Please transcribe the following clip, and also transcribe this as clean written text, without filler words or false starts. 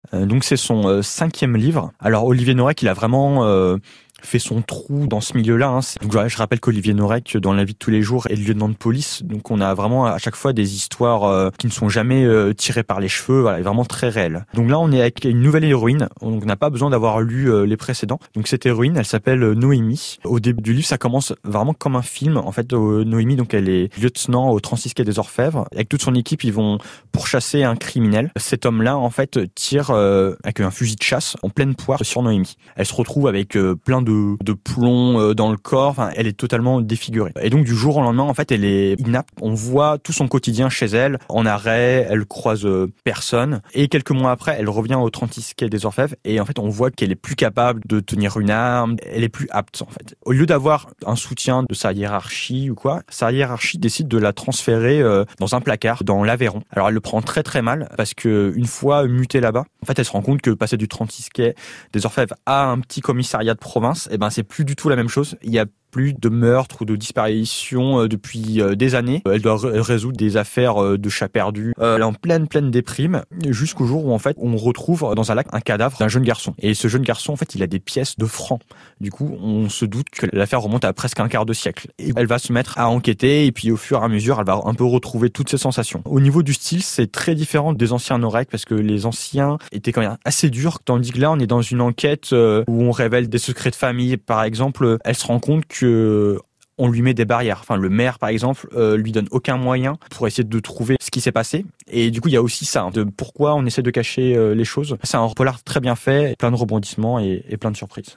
Donc c'est son 5e livre. Alors Olivier Norek, il a vraiment fait son trou dans ce milieu-là. Hein. Donc, je rappelle qu'Olivier Norek, dans la vie de tous les jours, est le lieutenant de police. Donc on a vraiment à chaque fois des histoires qui ne sont jamais tirées par les cheveux, voilà, vraiment très réelles. Donc là, on est avec une nouvelle héroïne. Donc on n'a pas besoin d'avoir lu les précédents. Donc cette héroïne, elle s'appelle Noémie. Au début du livre, ça commence vraiment comme un film. En fait, Noémie, donc elle est lieutenant au 36 quai des Orfèvres. Avec toute son équipe, ils vont pourchasser un criminel. Cet homme-là, en fait, tire avec un fusil de chasse en pleine poire sur Noémie. Elle se retrouve avec plein de plomb dans le corps. Enfin, elle est totalement défigurée. Et donc, du jour au lendemain, en fait, elle est inapte. On voit tout son quotidien chez elle, en arrêt, elle croise personne. Et quelques mois après, elle revient au 36 quai des Orfèvres et en fait, on voit qu'elle est plus capable de tenir une arme. Elle est plus apte, en fait. Au lieu d'avoir un soutien de sa hiérarchie ou quoi, sa hiérarchie décide de la transférer dans un placard, dans l'Aveyron. Alors, elle le prend très très mal parce que une fois mutée là-bas, en fait, elle se rend compte que passer du 36 quai des Orfèvres à un petit commissariat de province, eh ben, c'est plus du tout la même chose. Il y a plus de meurtres ou de disparitions depuis des années. Elle doit résoudre des affaires de chats perdus. Elle est en pleine déprime jusqu'au jour où en fait on retrouve dans un lac un cadavre d'un jeune garçon. Et ce jeune garçon en fait il a des pièces de francs. Du coup on se doute que l'affaire remonte à presque un quart de siècle. Et elle va se mettre à enquêter et puis au fur et à mesure elle va un peu retrouver toutes ses sensations. Au niveau du style c'est très différent des anciens Norek parce que les anciens étaient quand même assez durs. Tandis que là on est dans une enquête où on révèle des secrets de famille. Par exemple elle se rend compte que on lui met des barrières. Enfin, le maire, par exemple, lui donne aucun moyen pour essayer de trouver ce qui s'est passé. Et du coup, il y a aussi ça, de pourquoi on essaie de cacher les choses. C'est un polar très bien fait, plein de rebondissements et plein de surprises.